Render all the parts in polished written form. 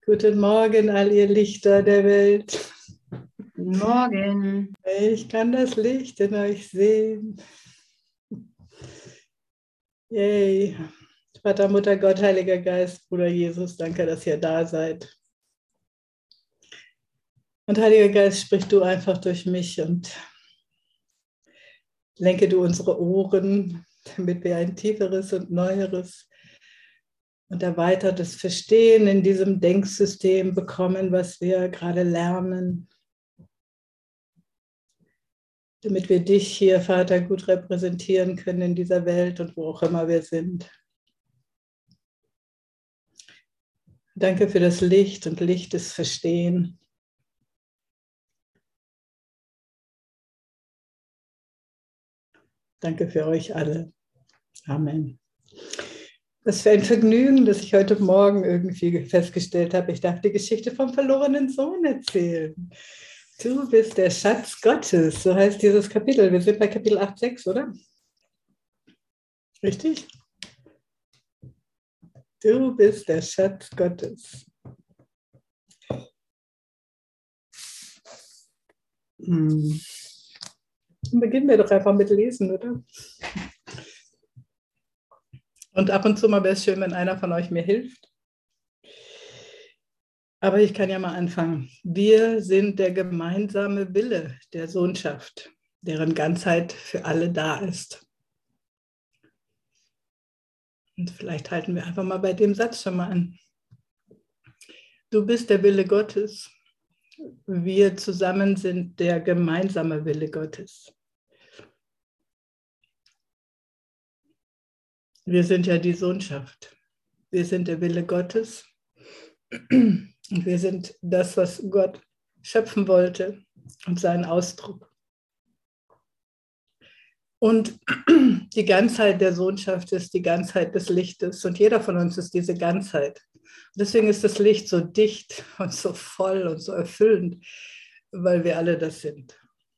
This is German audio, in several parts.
Guten Morgen, all ihr Lichter der Welt. Guten Morgen. Ich kann das Licht in euch sehen. Yay. Vater, Mutter, Gott, Heiliger Geist, Bruder Jesus, danke, dass ihr da seid. Und Heiliger Geist, sprich du einfach durch mich und lenke du unsere Ohren, damit wir ein tieferes und neueres und erweitertes Verstehen in diesem Denksystem bekommen, was wir gerade lernen. Damit wir dich hier, Vater, gut repräsentieren können in dieser Welt und wo auch immer wir sind. Danke für das Licht und Licht ist Verstehen. Danke für euch alle. Amen. Was für ein Vergnügen, dass ich heute Morgen irgendwie festgestellt habe, ich darf die Geschichte vom verlorenen Sohn erzählen. Du bist der Schatz Gottes, so heißt dieses Kapitel. Wir sind bei Kapitel 8,6, oder? Richtig? Du bist der Schatz Gottes. Beginnen wir doch einfach mit Lesen, oder? Und ab und zu mal wäre es schön, wenn einer von euch mir hilft. Aber ich kann ja mal anfangen. Wir sind der gemeinsame Wille der Sohnschaft, deren Ganzheit für alle da ist. Und vielleicht halten wir einfach mal bei dem Satz schon mal an. Du bist der Wille Gottes. Wir zusammen sind der gemeinsame Wille Gottes. Wir sind ja die Sohnschaft. Wir sind der Wille Gottes. Und wir sind das, was Gott schöpfen wollte und seinen Ausdruck. Und die Ganzheit der Sohnschaft ist die Ganzheit des Lichtes. Und jeder von uns ist diese Ganzheit. Deswegen ist das Licht so dicht und so voll und so erfüllend, weil wir alle das sind.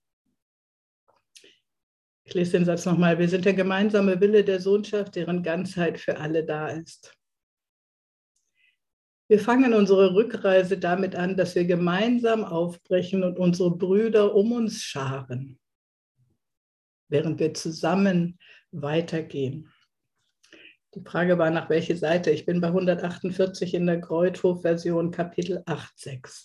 Ich lese den Satz nochmal. Wir sind der gemeinsame Wille der Sohnschaft, deren Ganzheit für alle da ist. Wir fangen unsere Rückreise damit an, dass wir gemeinsam aufbrechen und unsere Brüder um uns scharen, während wir zusammen weitergehen. Die Frage war, nach welcher Seite? Ich bin bei 148 in der Kreuthof-Version, Kapitel 8,6.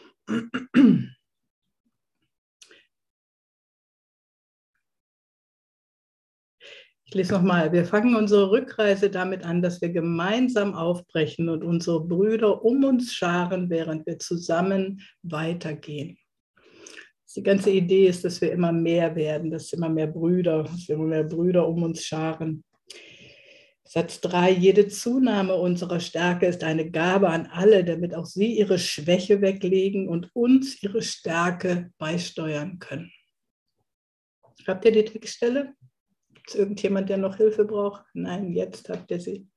Ich lese nochmal. Wir fangen unsere Rückreise damit an, dass wir gemeinsam aufbrechen und unsere Brüder um uns scharen, während wir zusammen weitergehen. Die ganze Idee ist, dass wir immer mehr werden, dass immer mehr Brüder um uns scharen. Satz 3. Jede Zunahme unserer Stärke ist eine Gabe an alle, damit auch sie ihre Schwäche weglegen und uns ihre Stärke beisteuern können. Habt ihr die Textstelle? Gibt es irgendjemand, der noch Hilfe braucht? Nein, jetzt habt ihr sie.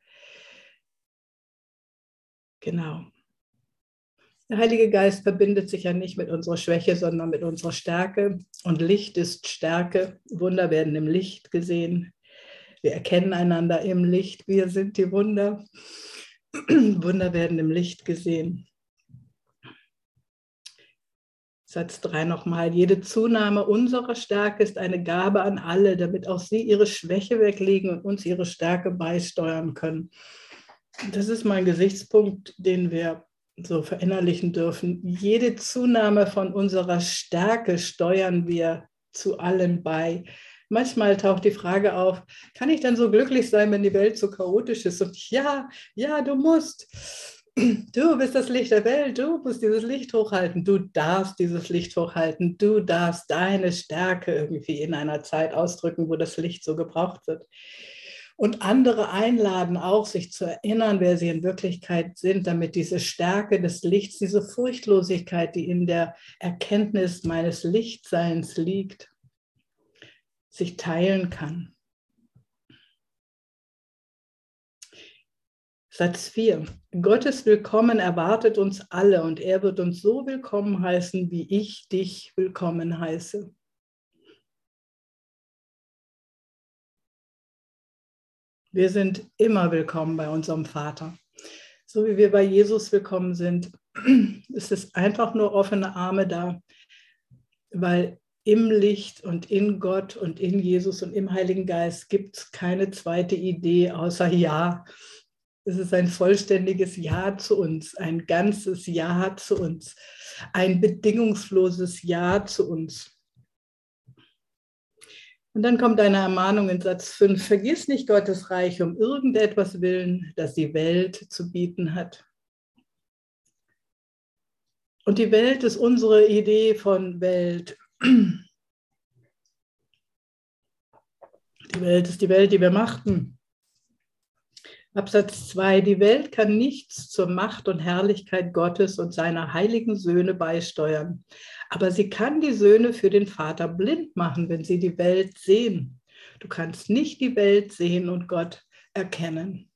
Genau. Der Heilige Geist verbindet sich ja nicht mit unserer Schwäche, sondern mit unserer Stärke. Und Licht ist Stärke. Wunder werden im Licht gesehen. Wir erkennen einander im Licht. Wir sind die Wunder. Wunder werden im Licht gesehen. Satz 3 nochmal. Jede Zunahme unserer Stärke ist eine Gabe an alle, damit auch sie ihre Schwäche weglegen und uns ihre Stärke beisteuern können. Das ist mein Gesichtspunkt, den wir so verinnerlichen dürfen. Jede Zunahme von unserer Stärke steuern wir zu allen bei. Manchmal taucht die Frage auf, kann ich dann so glücklich sein, wenn die Welt so chaotisch ist? Und ja, du musst. Du bist das Licht der Welt, du musst dieses Licht hochhalten, du darfst dieses Licht hochhalten, du darfst deine Stärke irgendwie in einer Zeit ausdrücken, wo das Licht so gebraucht wird. Und andere einladen auch, sich zu erinnern, wer sie in Wirklichkeit sind, damit diese Stärke des Lichts, diese Furchtlosigkeit, die in der Erkenntnis meines Lichtseins liegt, sich teilen kann. Satz 4. Gottes Willkommen erwartet uns alle und er wird uns so willkommen heißen, wie ich dich willkommen heiße. Wir sind immer willkommen bei unserem Vater. So wie wir bei Jesus willkommen sind, ist es einfach nur offene Arme da, weil im Licht und in Gott und in Jesus und im Heiligen Geist gibt es keine zweite Idee außer Ja. Es ist ein vollständiges Ja zu uns, ein ganzes Ja zu uns, ein bedingungsloses Ja zu uns. Und dann kommt eine Ermahnung in Satz 5. Vergiss nicht Gottes Reich um irgendetwas willen, das die Welt zu bieten hat. Und die Welt ist unsere Idee von Welt. Die Welt ist die Welt, die wir machten. Absatz 2. Die Welt kann nichts zur Macht und Herrlichkeit Gottes und seiner heiligen Söhne beisteuern. Aber sie kann die Söhne für den Vater blind machen, wenn sie die Welt sehen. Du kannst nicht die Welt sehen und Gott erkennen.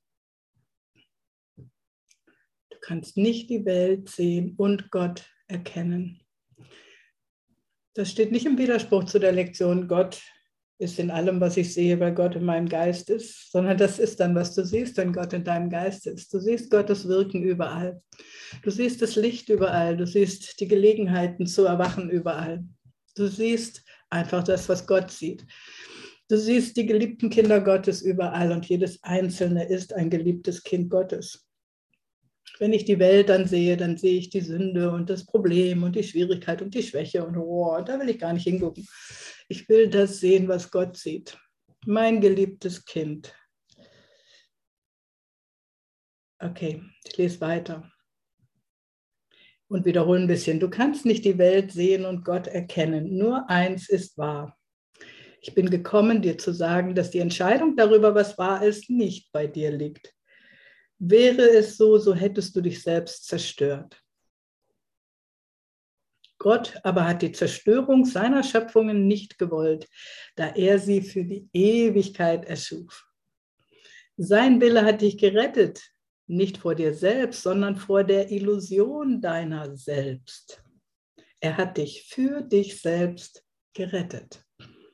Du kannst nicht die Welt sehen und Gott erkennen. Das steht nicht im Widerspruch zu der Lektion, Gott ist in allem, was ich sehe, weil Gott in meinem Geist ist, sondern das ist dann, was du siehst, wenn Gott in deinem Geist ist. Du siehst Gottes Wirken überall. Du siehst das Licht überall. Du siehst die Gelegenheiten zu erwachen überall. Du siehst einfach das, was Gott sieht. Du siehst die geliebten Kinder Gottes überall und jedes Einzelne ist ein geliebtes Kind Gottes. Wenn ich die Welt dann sehe ich die Sünde und das Problem und die Schwierigkeit und die Schwäche und da will ich gar nicht hingucken. Ich will das sehen, was Gott sieht. Mein geliebtes Kind. Okay, ich lese weiter und wiederhole ein bisschen. Du kannst nicht die Welt sehen und Gott erkennen. Nur eins ist wahr. Ich bin gekommen, dir zu sagen, dass die Entscheidung darüber, was wahr ist, nicht bei dir liegt. Wäre es so, so hättest du dich selbst zerstört. Gott aber hat die Zerstörung seiner Schöpfungen nicht gewollt, da er sie für die Ewigkeit erschuf. Sein Wille hat dich gerettet, nicht vor dir selbst, sondern vor der Illusion deiner selbst. Er hat dich für dich selbst gerettet.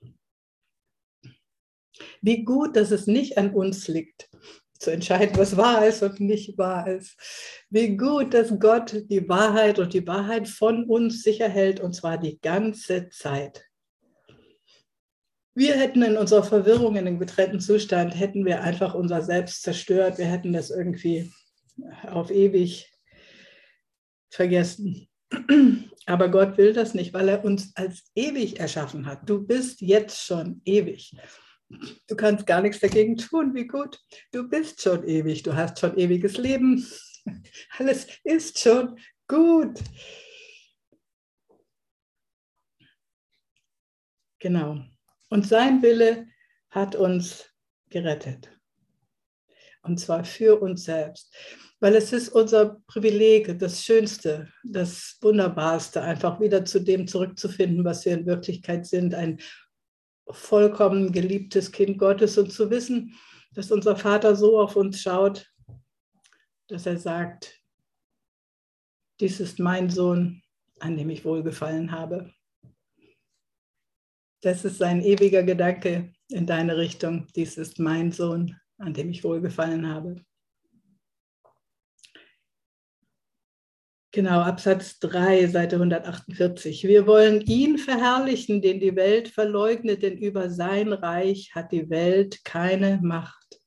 Wie gut, dass es nicht an uns liegt, zu entscheiden, was wahr ist und nicht wahr ist. Wie gut, dass Gott die Wahrheit und die Wahrheit von uns sicher hält, und zwar die ganze Zeit. Wir hätten in unserer Verwirrung, in dem getrennten Zustand, hätten wir einfach unser Selbst zerstört. Wir hätten das irgendwie auf ewig vergessen. Aber Gott will das nicht, weil er uns als ewig erschaffen hat. Du bist jetzt schon ewig. Du kannst gar nichts dagegen tun, wie gut. Du bist schon ewig, du hast schon ewiges Leben. Alles ist schon gut. Genau. Und sein Wille hat uns gerettet. Und zwar für uns selbst. Weil es ist unser Privileg, das Schönste, das Wunderbarste, einfach wieder zu dem zurückzufinden, was wir in Wirklichkeit sind. Ein vollkommen geliebtes Kind Gottes und zu wissen, dass unser Vater so auf uns schaut, dass er sagt, dies ist mein Sohn, an dem ich wohlgefallen habe. Das ist sein ewiger Gedanke in deine Richtung. Dies ist mein Sohn, an dem ich wohlgefallen habe. Genau, Absatz 3, Seite 148. Wir wollen ihn verherrlichen, den die Welt verleugnet, denn über sein Reich hat die Welt keine Macht.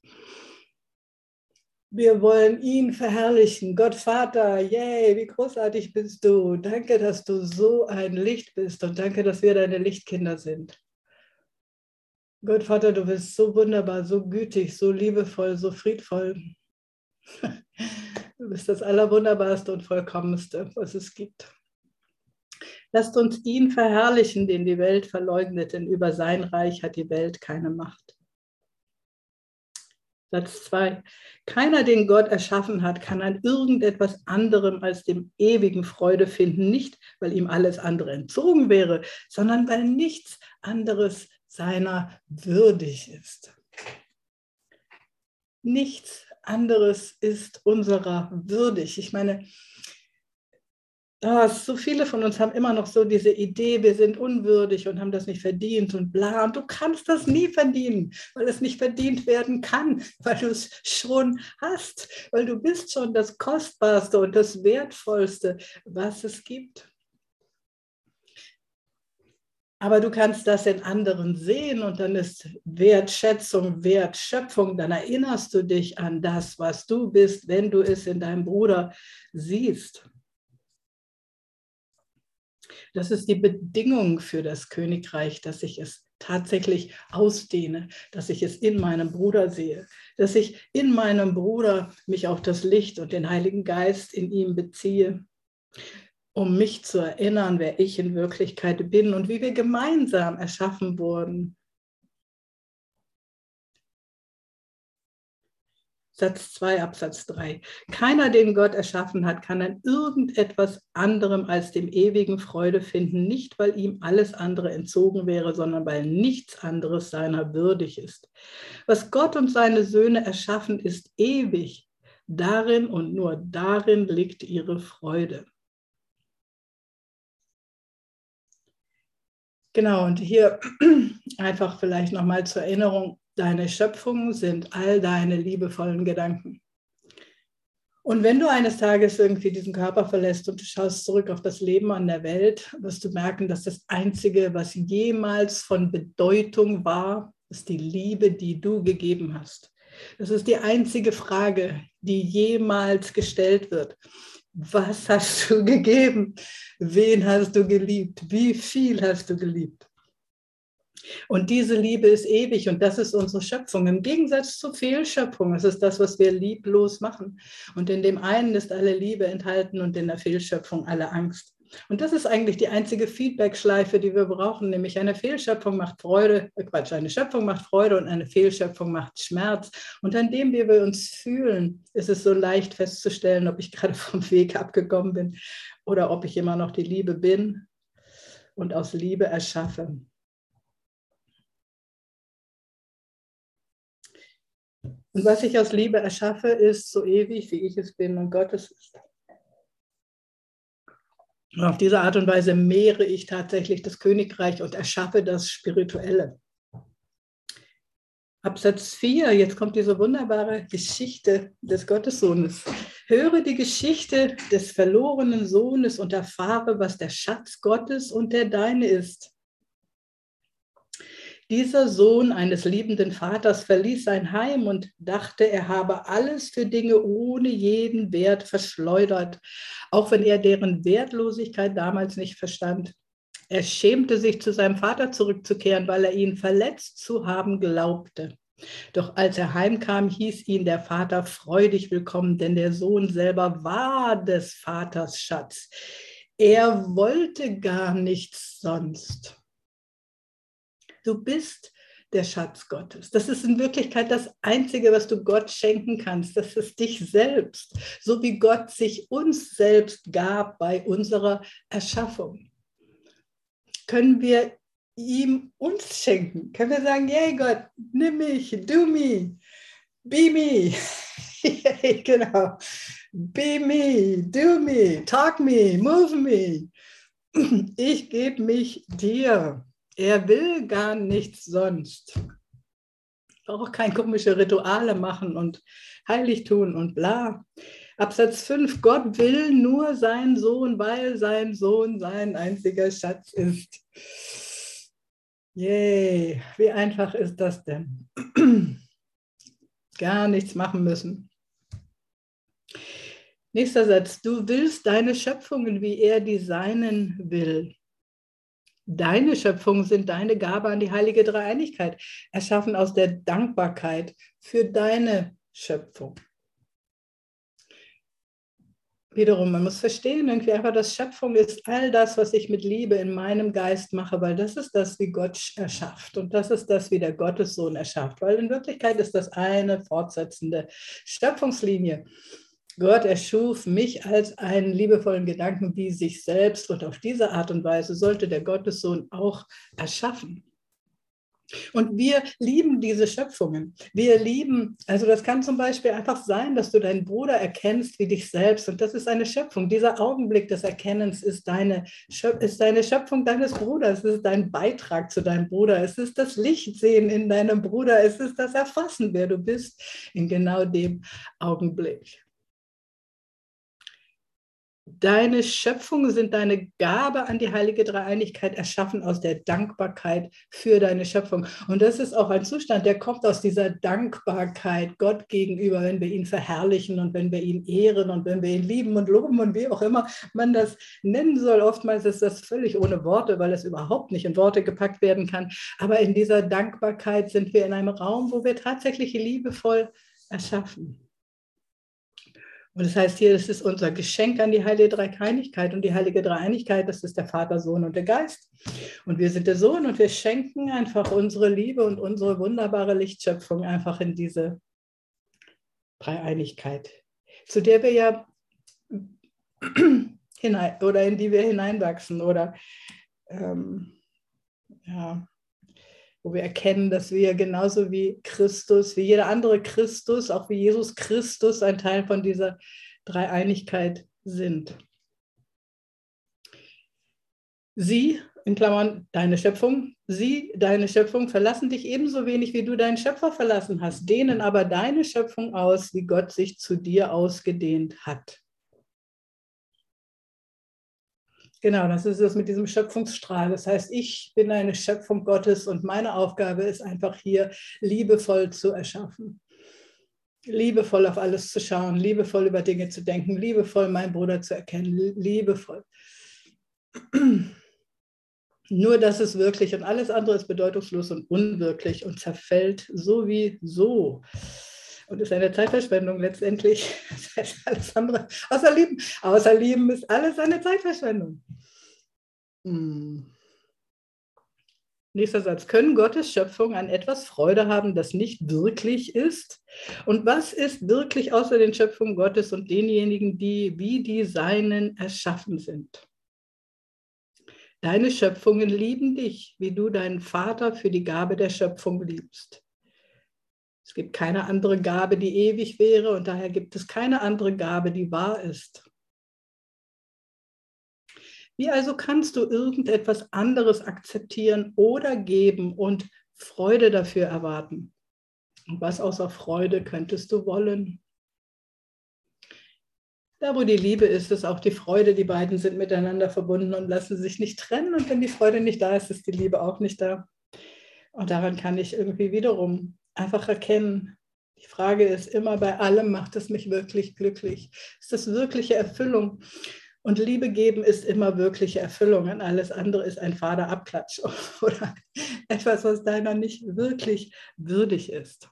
Wir wollen ihn verherrlichen. Gott Vater, yay, wie großartig bist du. Danke, dass du so ein Licht bist und danke, dass wir deine Lichtkinder sind. Gott Vater, du bist so wunderbar, so gütig, so liebevoll, so friedvoll. Du bist das Allerwunderbarste und Vollkommenste, was es gibt. Lasst uns ihn verherrlichen, den die Welt verleugnet, denn über sein Reich hat die Welt keine Macht. Satz 2. Keiner, den Gott erschaffen hat, kann an irgendetwas anderem als dem ewigen Freude finden, nicht weil ihm alles andere entzogen wäre, sondern weil nichts anderes seiner würdig ist. Nichts anderes ist unserer würdig. Ich meine, So viele von uns haben immer noch so diese Idee, wir sind unwürdig und haben das nicht verdient und bla. Und du kannst das nie verdienen, weil es nicht verdient werden kann, weil du es schon hast, weil du bist schon das Kostbarste und das Wertvollste, was es gibt. Aber du kannst das in anderen sehen und dann ist Wertschätzung, Wertschöpfung, dann erinnerst du dich an das, was du bist, wenn du es in deinem Bruder siehst. Das ist die Bedingung für das Königreich, dass ich es tatsächlich ausdehne, dass ich es in meinem Bruder sehe, dass ich in meinem Bruder mich auf das Licht und den Heiligen Geist in ihm beziehe, um mich zu erinnern, wer ich in Wirklichkeit bin und wie wir gemeinsam erschaffen wurden. Satz 2, Absatz 3. Keiner, den Gott erschaffen hat, kann an irgendetwas anderem als dem ewigen Freude finden, nicht weil ihm alles andere entzogen wäre, sondern weil nichts anderes seiner würdig ist. Was Gott und seine Söhne erschaffen, ist ewig. Darin und nur darin liegt ihre Freude. Genau, und hier einfach vielleicht nochmal zur Erinnerung, deine Schöpfungen sind all deine liebevollen Gedanken. Und wenn du eines Tages irgendwie diesen Körper verlässt und du schaust zurück auf das Leben an der Welt, wirst du merken, dass das Einzige, was jemals von Bedeutung war, ist die Liebe, die du gegeben hast. Das ist die einzige Frage, die jemals gestellt wird. Was hast du gegeben? Wen hast du geliebt? Wie viel hast du geliebt? Und diese Liebe ist ewig und das ist unsere Schöpfung. Im Gegensatz zur Fehlschöpfung, das ist das, was wir lieblos machen. Und in dem einen ist alle Liebe enthalten und in der Fehlschöpfung alle Angst. Und das ist eigentlich die einzige Feedback-Schleife, die wir brauchen, nämlich eine Fehlschöpfung macht Freude, eine Schöpfung macht Freude und eine Fehlschöpfung macht Schmerz. Und an dem, wie wir uns fühlen, ist es so leicht festzustellen, ob ich gerade vom Weg abgekommen bin oder ob ich immer noch die Liebe bin und aus Liebe erschaffe. Und was ich aus Liebe erschaffe, ist so ewig, wie ich es bin und Gott es ist. Und auf diese Art und Weise mehre ich tatsächlich das Königreich und erschaffe das Spirituelle. Absatz 4, jetzt kommt diese wunderbare Geschichte des Gottessohnes. Höre die Geschichte des verlorenen Sohnes und erfahre, was der Schatz Gottes und der deine ist. Dieser Sohn eines liebenden Vaters verließ sein Heim und dachte, er habe alles für Dinge ohne jeden Wert verschleudert, auch wenn er deren Wertlosigkeit damals nicht verstand. Er schämte sich, zu seinem Vater zurückzukehren, weil er ihn verletzt zu haben glaubte. Doch als er heimkam, hieß ihn der Vater freudig willkommen, denn der Sohn selber war des Vaters Schatz. Er wollte gar nichts sonst. Du bist der Schatz Gottes. Das ist in Wirklichkeit das Einzige, was du Gott schenken kannst. Das ist dich selbst, so wie Gott sich uns selbst gab bei unserer Erschaffung. Können wir ihm uns schenken? Können wir sagen, hey Gott, nimm mich, do me, be me. Genau. Be me, do me, talk me, move me. Ich gebe mich dir. Er will gar nichts sonst. Ich brauche auch keine komischen Rituale machen und heilig tun und bla. Absatz 5, Gott will nur seinen Sohn, weil sein Sohn sein einziger Schatz ist. Yay, wie einfach ist das denn? Gar nichts machen müssen. Nächster Satz, du willst deine Schöpfungen, wie er die seinen will. Deine Schöpfungen sind deine Gabe an die heilige Dreieinigkeit, erschaffen aus der Dankbarkeit für deine Schöpfung. Wiederum, man muss verstehen, irgendwie einfach, dass Schöpfung ist all das, was ich mit Liebe in meinem Geist mache, weil das ist das, wie Gott erschafft und das ist das, wie der Gottessohn erschafft, weil in Wirklichkeit ist das eine fortsetzende Schöpfungslinie. Gott erschuf mich als einen liebevollen Gedanken wie sich selbst und auf diese Art und Weise sollte der Gottessohn auch erschaffen. Und wir lieben diese Schöpfungen. Wir lieben, also das kann zum Beispiel einfach sein, dass du deinen Bruder erkennst wie dich selbst. Und das ist eine Schöpfung. Dieser Augenblick des Erkennens ist deine Schöpfung deines Bruders. Es ist dein Beitrag zu deinem Bruder. Es ist das Lichtsehen in deinem Bruder. Es ist das Erfassen, wer du bist in genau dem Augenblick. Deine Schöpfungen sind deine Gabe an die heilige Dreieinigkeit, erschaffen aus der Dankbarkeit für deine Schöpfung. Und das ist auch ein Zustand, der kommt aus dieser Dankbarkeit Gott gegenüber, wenn wir ihn verherrlichen und wenn wir ihn ehren und wenn wir ihn lieben und loben und wie auch immer man das nennen soll. Oftmals ist das völlig ohne Worte, weil es überhaupt nicht in Worte gepackt werden kann. Aber in dieser Dankbarkeit sind wir in einem Raum, wo wir tatsächlich liebevoll erschaffen. Und das heißt hier, das ist unser Geschenk an die heilige Dreieinigkeit. Und die heilige Dreieinigkeit, das ist der Vater, Sohn und der Geist. Und wir sind der Sohn und wir schenken einfach unsere Liebe und unsere wunderbare Lichtschöpfung einfach in diese Dreieinigkeit, zu der wir ja hinein oder in die wir hineinwachsen oder ja, wo wir erkennen, dass wir genauso wie Christus, wie jeder andere Christus, auch wie Jesus Christus ein Teil von dieser Dreieinigkeit sind. Sie, in Klammern deine Schöpfung, sie, deine Schöpfung, verlassen dich ebenso wenig, wie du deinen Schöpfer verlassen hast, dehnen aber deine Schöpfung aus, wie Gott sich zu dir ausgedehnt hat. Genau, das ist es mit diesem Schöpfungsstrahl. Das heißt, ich bin eine Schöpfung Gottes und meine Aufgabe ist einfach hier, liebevoll zu erschaffen. Liebevoll auf alles zu schauen, liebevoll über Dinge zu denken, liebevoll meinen Bruder zu erkennen, liebevoll. Nur das ist wirklich und alles andere ist bedeutungslos und unwirklich und zerfällt sowieso. Und ist eine Zeitverschwendung letztendlich. Das heißt, alles andere, außer Lieben ist alles eine Zeitverschwendung. Nächster Satz. Können Gottes Schöpfung an etwas Freude haben, das nicht wirklich ist? Und was ist wirklich außer den Schöpfungen Gottes und denjenigen, die wie die Seinen erschaffen sind? Deine Schöpfungen lieben dich, wie du deinen Vater für die Gabe der Schöpfung liebst. Es gibt keine andere Gabe, die ewig wäre, und daher gibt es keine andere Gabe, die wahr ist. Wie also kannst du irgendetwas anderes akzeptieren oder geben und Freude dafür erwarten? Und was außer Freude könntest du wollen? Da, wo die Liebe ist, ist auch die Freude. Die beiden sind miteinander verbunden und lassen sich nicht trennen. Und wenn die Freude nicht da ist, ist die Liebe auch nicht da. Und daran kann ich irgendwie wiederum einfach erkennen. Die Frage ist immer bei allem, macht es mich wirklich glücklich? Ist das wirkliche Erfüllung? Und Liebe geben ist immer wirkliche Erfüllung. Und alles andere ist ein fader Abklatsch oder etwas, was deiner nicht wirklich würdig ist.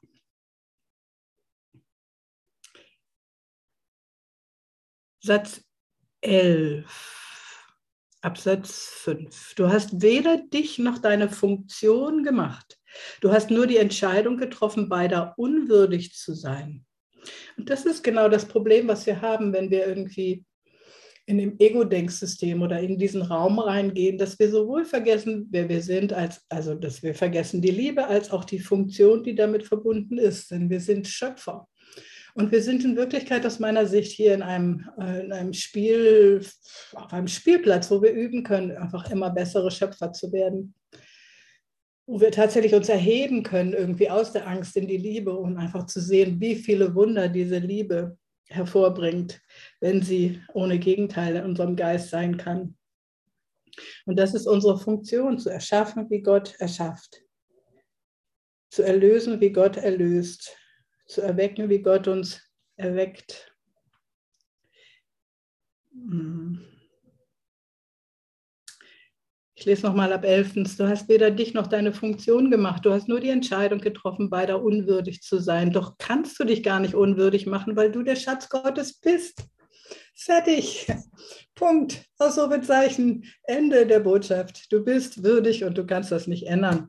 Satz 11, Absatz 5. Du hast weder dich noch deine Funktion gemacht. Du hast nur die Entscheidung getroffen, beider unwürdig zu sein. Und das ist genau das Problem, was wir haben, wenn wir irgendwie in dem Ego-Denksystem oder in diesen Raum reingehen, dass wir sowohl vergessen, wer wir sind, also dass wir vergessen die Liebe, als auch die Funktion, die damit verbunden ist. Denn wir sind Schöpfer. Und wir sind in Wirklichkeit aus meiner Sicht hier in einem Spiel, auf einem Spielplatz, wo wir üben können, einfach immer bessere Schöpfer zu werden. Wo wir tatsächlich uns erheben können, irgendwie aus der Angst in die Liebe und einfach zu sehen, wie viele Wunder diese Liebe hervorbringt, wenn sie ohne Gegenteil in unserem Geist sein kann. Und das ist unsere Funktion, zu erschaffen, wie Gott erschafft. Zu erlösen, wie Gott erlöst. Zu erwecken, wie Gott uns erweckt. Ich lese nochmal ab 11. Du hast weder dich noch deine Funktion gemacht. Du hast nur die Entscheidung getroffen, beider unwürdig zu sein. Doch kannst du dich gar nicht unwürdig machen, weil du der Schatz Gottes bist. Fertig. Punkt. Ausrufezeichen. Ende der Botschaft. Du bist würdig und du kannst das nicht ändern.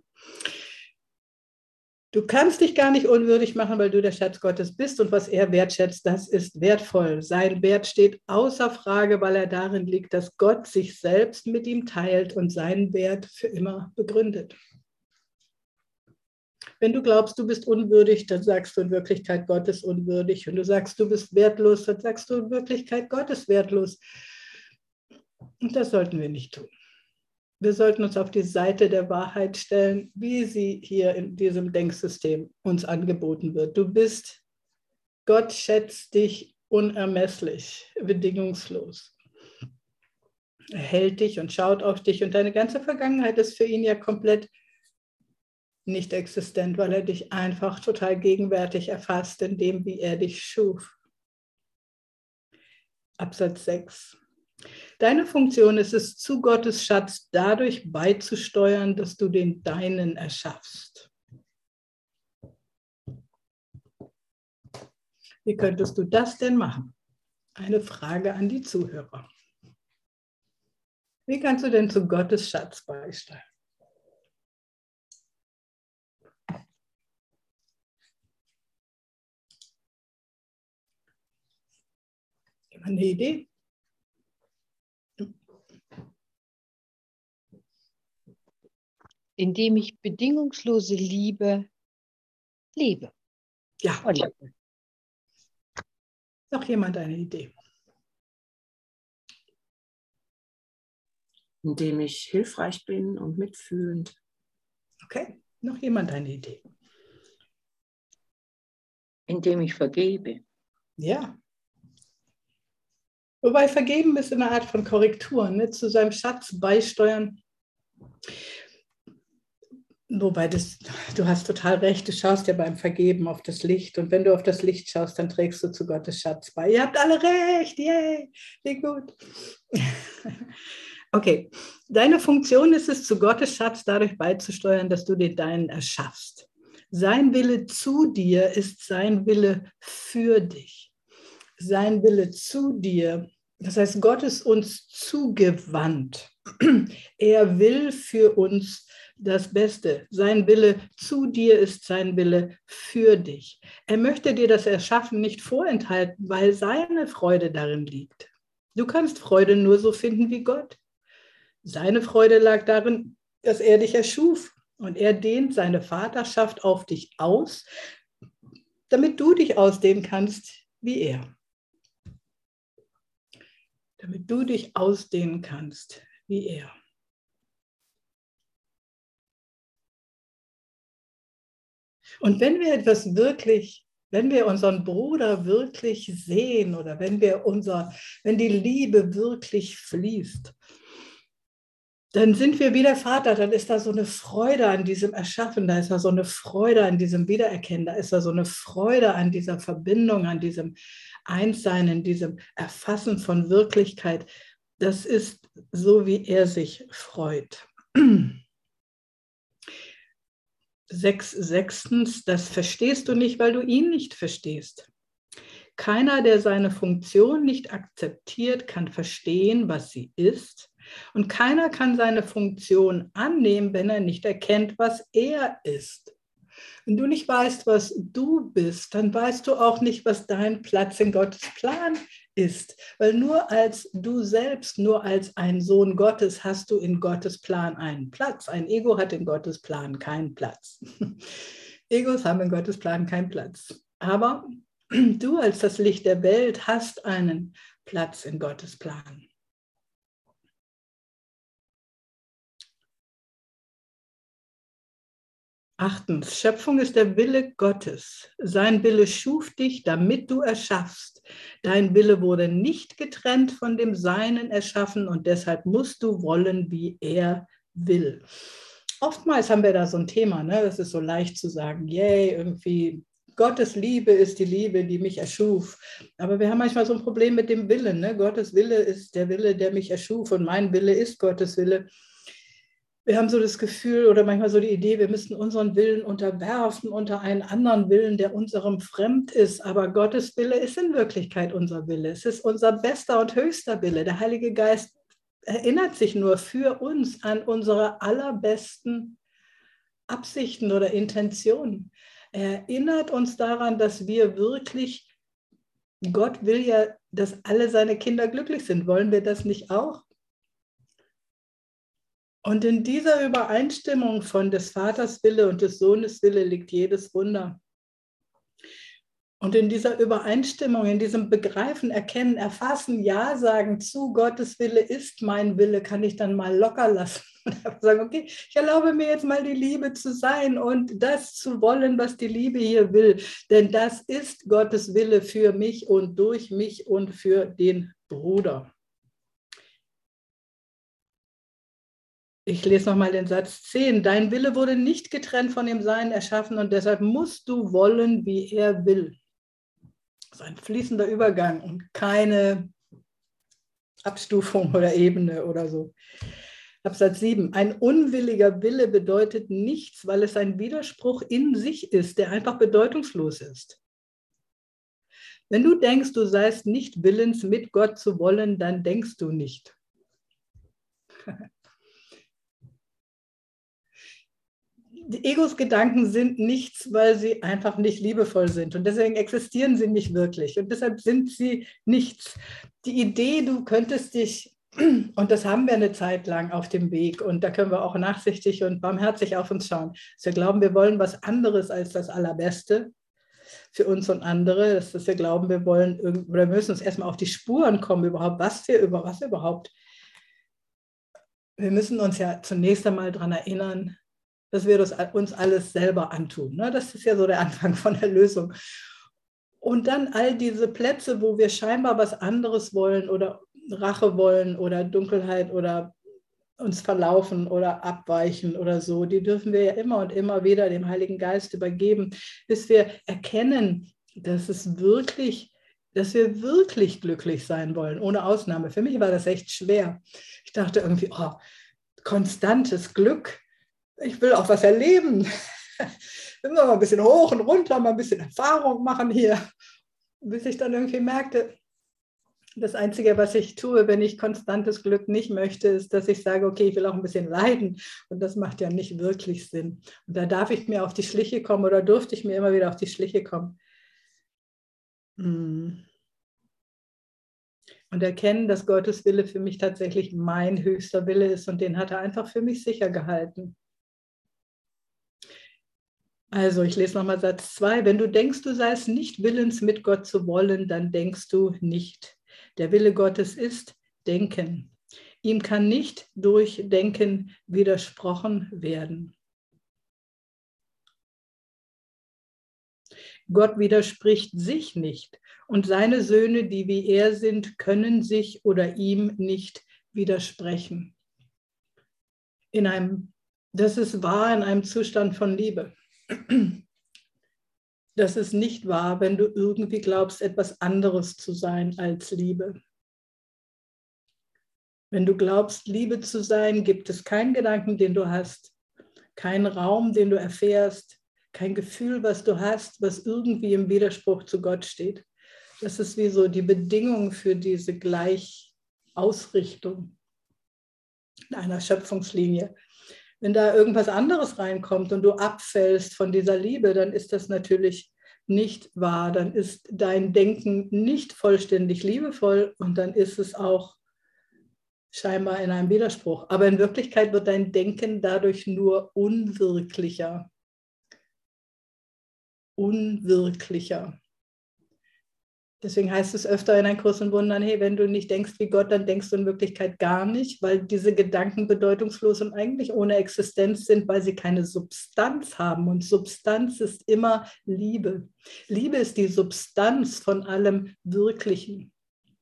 Du kannst dich gar nicht unwürdig machen, weil du der Schatz Gottes bist und was er wertschätzt, das ist wertvoll. Sein Wert steht außer Frage, weil er darin liegt, dass Gott sich selbst mit ihm teilt und seinen Wert für immer begründet. Wenn du glaubst, du bist unwürdig, dann sagst du in Wirklichkeit, Gott ist unwürdig. Wenn du sagst, du bist wertlos, dann sagst du in Wirklichkeit, Gott ist wertlos. Und das sollten wir nicht tun. Wir sollten uns auf die Seite der Wahrheit stellen, wie sie hier in diesem Denksystem uns angeboten wird. Du bist, Gott schätzt dich unermesslich, bedingungslos. Er hält dich und schaut auf dich und deine ganze Vergangenheit ist für ihn ja komplett nicht existent, weil er dich einfach total gegenwärtig erfasst in dem, wie er dich schuf. Absatz 6. Deine Funktion ist es, zu Gottes Schatz dadurch beizusteuern, dass du den deinen erschaffst. Wie könntest du das denn machen? Eine Frage an die Zuhörer. Wie kannst du denn zu Gottes Schatz beisteuern? Eine Idee? Indem ich bedingungslose Liebe lebe. Ja. Noch jemand eine Idee? Indem ich hilfreich bin und mitfühlend. Okay, noch jemand eine Idee? Indem ich vergebe. Ja. Wobei vergeben ist eine Art von Korrektur, ne? Zu seinem Schatz beisteuern. Wobei du hast total recht, du schaust ja beim Vergeben auf das Licht und wenn du auf das Licht schaust, dann trägst du zu Gottes Schatz bei. Ihr habt alle recht, yay, wie gut. Okay, deine Funktion ist es, zu Gottes Schatz dadurch beizusteuern, dass du dir deinen erschaffst. Sein Wille zu dir ist sein Wille für dich. Sein Wille zu dir, das heißt, Gott ist uns zugewandt. Er will für uns das Beste. Sein Wille zu dir ist sein Wille für dich. Er möchte dir das Erschaffen nicht vorenthalten, weil seine Freude darin liegt. Du kannst Freude nur so finden wie Gott. Seine Freude lag darin, dass er dich erschuf und er dehnt seine Vaterschaft auf dich aus, damit du dich ausdehnen kannst wie er. Damit du dich ausdehnen kannst wie er. Und wenn wir unseren Bruder wirklich sehen oder wenn die Liebe wirklich fließt, dann sind wir wie der Vater, dann ist da so eine Freude an diesem Erschaffen, da ist da so eine Freude an diesem Wiedererkennen, da ist da so eine Freude an dieser Verbindung, an diesem Einssein, in diesem Erfassen von Wirklichkeit. Das ist so, wie er sich freut. Sechstens, das verstehst du nicht, weil du ihn nicht verstehst. Keiner, der seine Funktion nicht akzeptiert, kann verstehen, was sie ist. Und keiner kann seine Funktion annehmen, wenn er nicht erkennt, was er ist. Wenn du nicht weißt, was du bist, dann weißt du auch nicht, was dein Platz in Gottes Plan ist. Weil nur als du selbst, nur als ein Sohn Gottes hast du in Gottes Plan einen Platz. Ein Ego hat in Gottes Plan keinen Platz. Egos haben in Gottes Plan keinen Platz. Aber du als das Licht der Welt hast einen Platz in Gottes Plan. Achtens, Schöpfung ist der Wille Gottes. Sein Wille schuf dich, damit du erschaffst. Dein Wille wurde nicht getrennt von dem Seinen erschaffen und deshalb musst du wollen, wie er will. Oftmals haben wir da so ein Thema, ne? Es ist so leicht zu sagen, yay, irgendwie Gottes Liebe ist die Liebe, die mich erschuf. Aber wir haben manchmal so ein Problem mit dem Willen, ne? Gottes Wille ist der Wille, der mich erschuf und mein Wille ist Gottes Wille. Wir haben so das Gefühl oder manchmal so die Idee, wir müssten unseren Willen unterwerfen unter einen anderen Willen, der unserem fremd ist. Aber Gottes Wille ist in Wirklichkeit unser Wille. Es ist unser bester und höchster Wille. Der Heilige Geist erinnert sich nur für uns an unsere allerbesten Absichten oder Intentionen. Er erinnert uns daran, dass wir wirklich, Gott will ja, dass alle seine Kinder glücklich sind. Wollen wir das nicht auch? Und in dieser Übereinstimmung von des Vaters Wille und des Sohnes Wille liegt jedes Wunder. Und in dieser Übereinstimmung, in diesem Begreifen, Erkennen, Erfassen, Ja sagen zu, Gottes Wille ist mein Wille, kann ich dann mal locker lassen und sagen, okay, ich erlaube mir jetzt mal die Liebe zu sein und das zu wollen, was die Liebe hier will. Denn das ist Gottes Wille für mich und durch mich und für den Bruder. Ich lese nochmal den Satz 10. Dein Wille wurde nicht getrennt von dem Sein erschaffen und deshalb musst du wollen, wie er will. Das ist ein fließender Übergang und keine Abstufung oder Ebene oder so. Absatz 7. Ein unwilliger Wille bedeutet nichts, weil es ein Widerspruch in sich ist, der einfach bedeutungslos ist. Wenn du denkst, du seist nicht willens, mit Gott zu wollen, dann denkst du nicht. Die Egos-Gedanken sind nichts, weil sie einfach nicht liebevoll sind. Und deswegen existieren sie nicht wirklich. Und deshalb sind sie nichts. Die Idee, du könntest dich, und das haben wir eine Zeit lang auf dem Weg, und da können wir auch nachsichtig und barmherzig auf uns schauen, dass wir glauben, wir wollen was anderes als das Allerbeste für uns und andere, dass wir glauben, wir wollen, oder müssen uns erstmal auf die Spuren kommen, überhaupt, was überhaupt. Wir müssen uns ja zunächst einmal daran erinnern, dass wir das uns alles selber antun. Das ist ja so der Anfang von der Lösung. Und dann all diese Plätze, wo wir scheinbar was anderes wollen oder Rache wollen oder Dunkelheit oder uns verlaufen oder abweichen oder so, die dürfen wir ja immer und immer wieder dem Heiligen Geist übergeben, bis wir erkennen, dass wir wirklich glücklich sein wollen, ohne Ausnahme. Für mich war das echt schwer. Ich dachte irgendwie, oh, konstantes Glück. Ich will auch was erleben. Ich will mal ein bisschen hoch und runter, mal ein bisschen Erfahrung machen hier. Bis ich dann irgendwie merkte, das Einzige, was ich tue, wenn ich konstantes Glück nicht möchte, ist, dass ich sage, okay, ich will auch ein bisschen leiden. Und das macht ja nicht wirklich Sinn. Und da darf ich mir auf die Schliche kommen oder durfte ich mir immer wieder auf die Schliche kommen. Und erkennen, dass Gottes Wille für mich tatsächlich mein höchster Wille ist und den hat er einfach für mich sicher gehalten. Also ich lese nochmal Satz 2. Wenn du denkst, du seist nicht willens, mit Gott zu wollen, dann denkst du nicht. Der Wille Gottes ist Denken. Ihm kann nicht durch Denken widersprochen werden. Gott widerspricht sich nicht und seine Söhne, die wie er sind, können sich oder ihm nicht widersprechen. Das ist wahr in einem Zustand von Liebe. Das ist nicht wahr, wenn du irgendwie glaubst, etwas anderes zu sein als Liebe. Wenn du glaubst, Liebe zu sein, gibt es keinen Gedanken, den du hast, keinen Raum, den du erfährst, kein Gefühl, was du hast, was irgendwie im Widerspruch zu Gott steht. Das ist wie so die Bedingung für diese Gleichausrichtung in einer Schöpfungslinie. Wenn da irgendwas anderes reinkommt und du abfällst von dieser Liebe, dann ist das natürlich nicht wahr. Dann ist dein Denken nicht vollständig liebevoll und dann ist es auch scheinbar in einem Widerspruch. Aber in Wirklichkeit wird dein Denken dadurch nur unwirklicher. Unwirklicher. Deswegen heißt es öfter in Ein Kurs in Wundern, hey, wenn du nicht denkst wie Gott, dann denkst du in Wirklichkeit gar nicht, weil diese Gedanken bedeutungslos und eigentlich ohne Existenz sind, weil sie keine Substanz haben. Und Substanz ist immer Liebe. Liebe ist die Substanz von allem Wirklichen.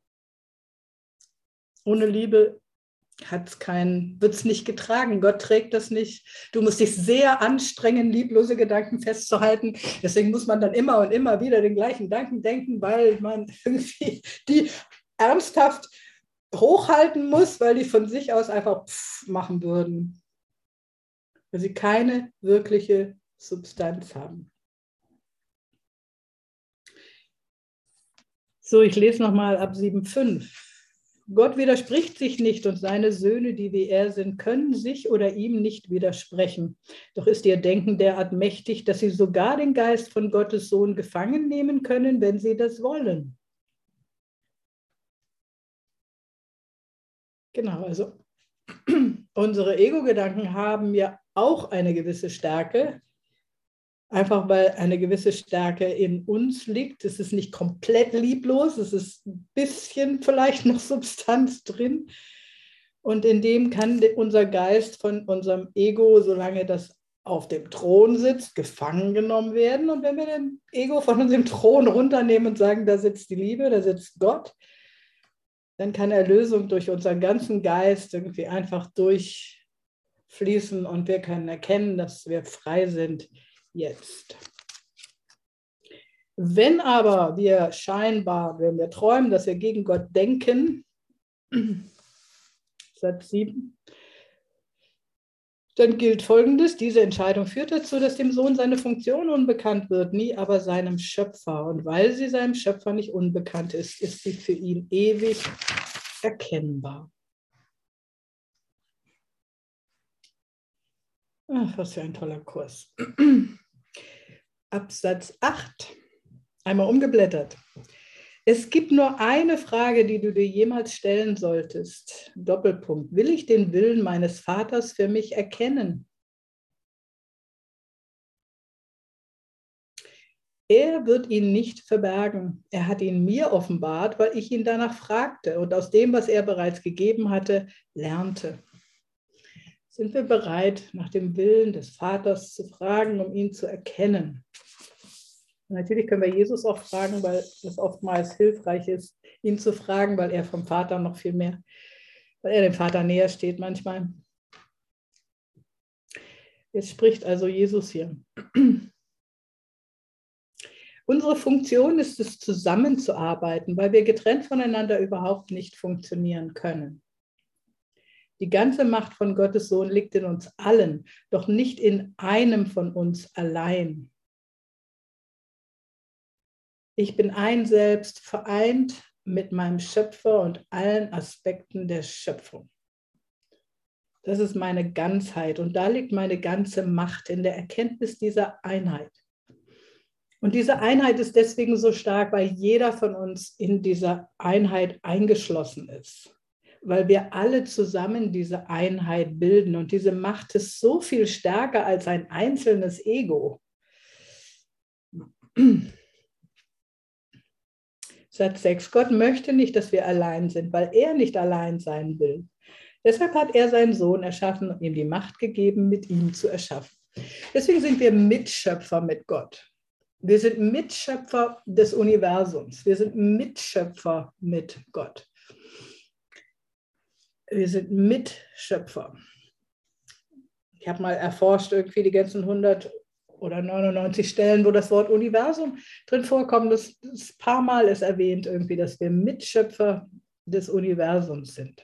Ohne Liebe wird es nicht getragen. Gott trägt das nicht. Du musst dich sehr anstrengen, lieblose Gedanken festzuhalten. Deswegen muss man dann immer und immer wieder den gleichen Gedanken denken, weil man irgendwie die ernsthaft hochhalten muss, weil die von sich aus einfach machen würden. Weil sie keine wirkliche Substanz haben. So, ich lese nochmal ab 7,5. Gott widerspricht sich nicht und seine Söhne, die wie er sind, können sich oder ihm nicht widersprechen. Doch ist ihr Denken derart mächtig, dass sie sogar den Geist von Gottes Sohn gefangen nehmen können, wenn sie das wollen. Genau, also unsere Ego-Gedanken haben ja auch eine gewisse Stärke, einfach weil eine gewisse Stärke in uns liegt. Es ist nicht komplett lieblos, es ist ein bisschen vielleicht noch Substanz drin. Und in dem kann unser Geist von unserem Ego, solange das auf dem Thron sitzt, gefangen genommen werden. Und wenn wir den Ego von unserem Thron runternehmen und sagen, da sitzt die Liebe, da sitzt Gott, dann kann Erlösung durch unseren ganzen Geist irgendwie einfach durchfließen und wir können erkennen, dass wir frei sind jetzt. Wenn aber wir scheinbar, wenn wir träumen, dass wir gegen Gott denken, Satz 7, dann gilt Folgendes: Diese Entscheidung führt dazu, dass dem Sohn seine Funktion unbekannt wird, nie aber seinem Schöpfer. Und weil sie seinem Schöpfer nicht unbekannt ist, ist sie für ihn ewig erkennbar. Ach, was für ein toller Kurs. Absatz 8, einmal umgeblättert. Es gibt nur eine Frage, die du dir jemals stellen solltest. Doppelpunkt. Will ich den Willen meines Vaters für mich erkennen? Er wird ihn nicht verbergen. Er hat ihn mir offenbart, weil ich ihn danach fragte und aus dem, was er bereits gegeben hatte, lernte. Sind wir bereit, nach dem Willen des Vaters zu fragen, um ihn zu erkennen? Und natürlich können wir Jesus auch fragen, weil es oftmals hilfreich ist, ihn zu fragen, weil er vom Vater noch viel mehr, weil er dem Vater näher steht manchmal. Jetzt spricht also Jesus hier. Unsere Funktion ist es, zusammenzuarbeiten, weil wir getrennt voneinander überhaupt nicht funktionieren können. Die ganze Macht von Gottes Sohn liegt in uns allen, doch nicht in einem von uns allein. Ich bin ein Selbst, vereint mit meinem Schöpfer und allen Aspekten der Schöpfung. Das ist meine Ganzheit und da liegt meine ganze Macht in der Erkenntnis dieser Einheit. Und diese Einheit ist deswegen so stark, weil jeder von uns in dieser Einheit eingeschlossen ist. Weil wir alle zusammen diese Einheit bilden und diese Macht ist so viel stärker als ein einzelnes Ego. Satz 6. Gott möchte nicht, dass wir allein sind, weil er nicht allein sein will. Deshalb hat er seinen Sohn erschaffen und ihm die Macht gegeben, mit ihm zu erschaffen. Deswegen sind wir Mitschöpfer mit Gott. Wir sind Mitschöpfer des Universums. Wir sind Mitschöpfer mit Gott. Wir sind Mitschöpfer. Ich habe mal erforscht, irgendwie die ganzen 100 oder 99 Stellen, wo das Wort Universum drin vorkommt. Das paar Mal ist erwähnt, irgendwie, dass wir Mitschöpfer des Universums sind.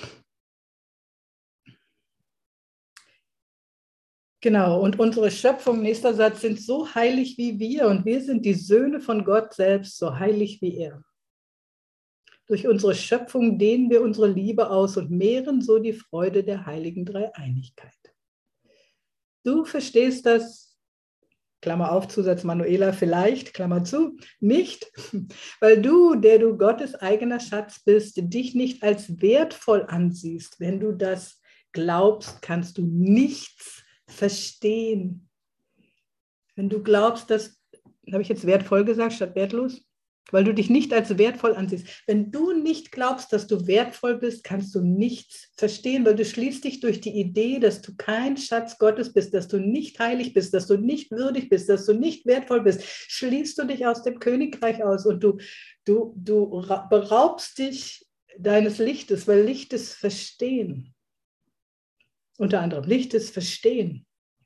Genau, und unsere Schöpfung, nächster Satz, sind so heilig wie wir und wir sind die Söhne von Gott selbst, so heilig wie er. Durch unsere Schöpfung dehnen wir unsere Liebe aus und mehren so die Freude der heiligen Dreieinigkeit. Du verstehst das, Klammer auf, Zusatz Manuela, vielleicht, Klammer zu, nicht, weil du, der du Gottes eigener Schatz bist, dich nicht als wertvoll ansiehst. Wenn du das glaubst, kannst du nichts verstehen. Wenn du glaubst, dass, habe ich jetzt wertvoll gesagt statt wertlos? Weil du dich nicht als wertvoll ansiehst. Wenn du nicht glaubst, dass du wertvoll bist, kannst du nichts verstehen, weil du schließt dich durch die Idee, dass du kein Schatz Gottes bist, dass du nicht heilig bist, dass du nicht würdig bist, dass du nicht wertvoll bist, schließt du dich aus dem Königreich aus und du beraubst dich deines Lichtes, weil Licht ist Verstehen. Unter anderem Licht ist Verstehen.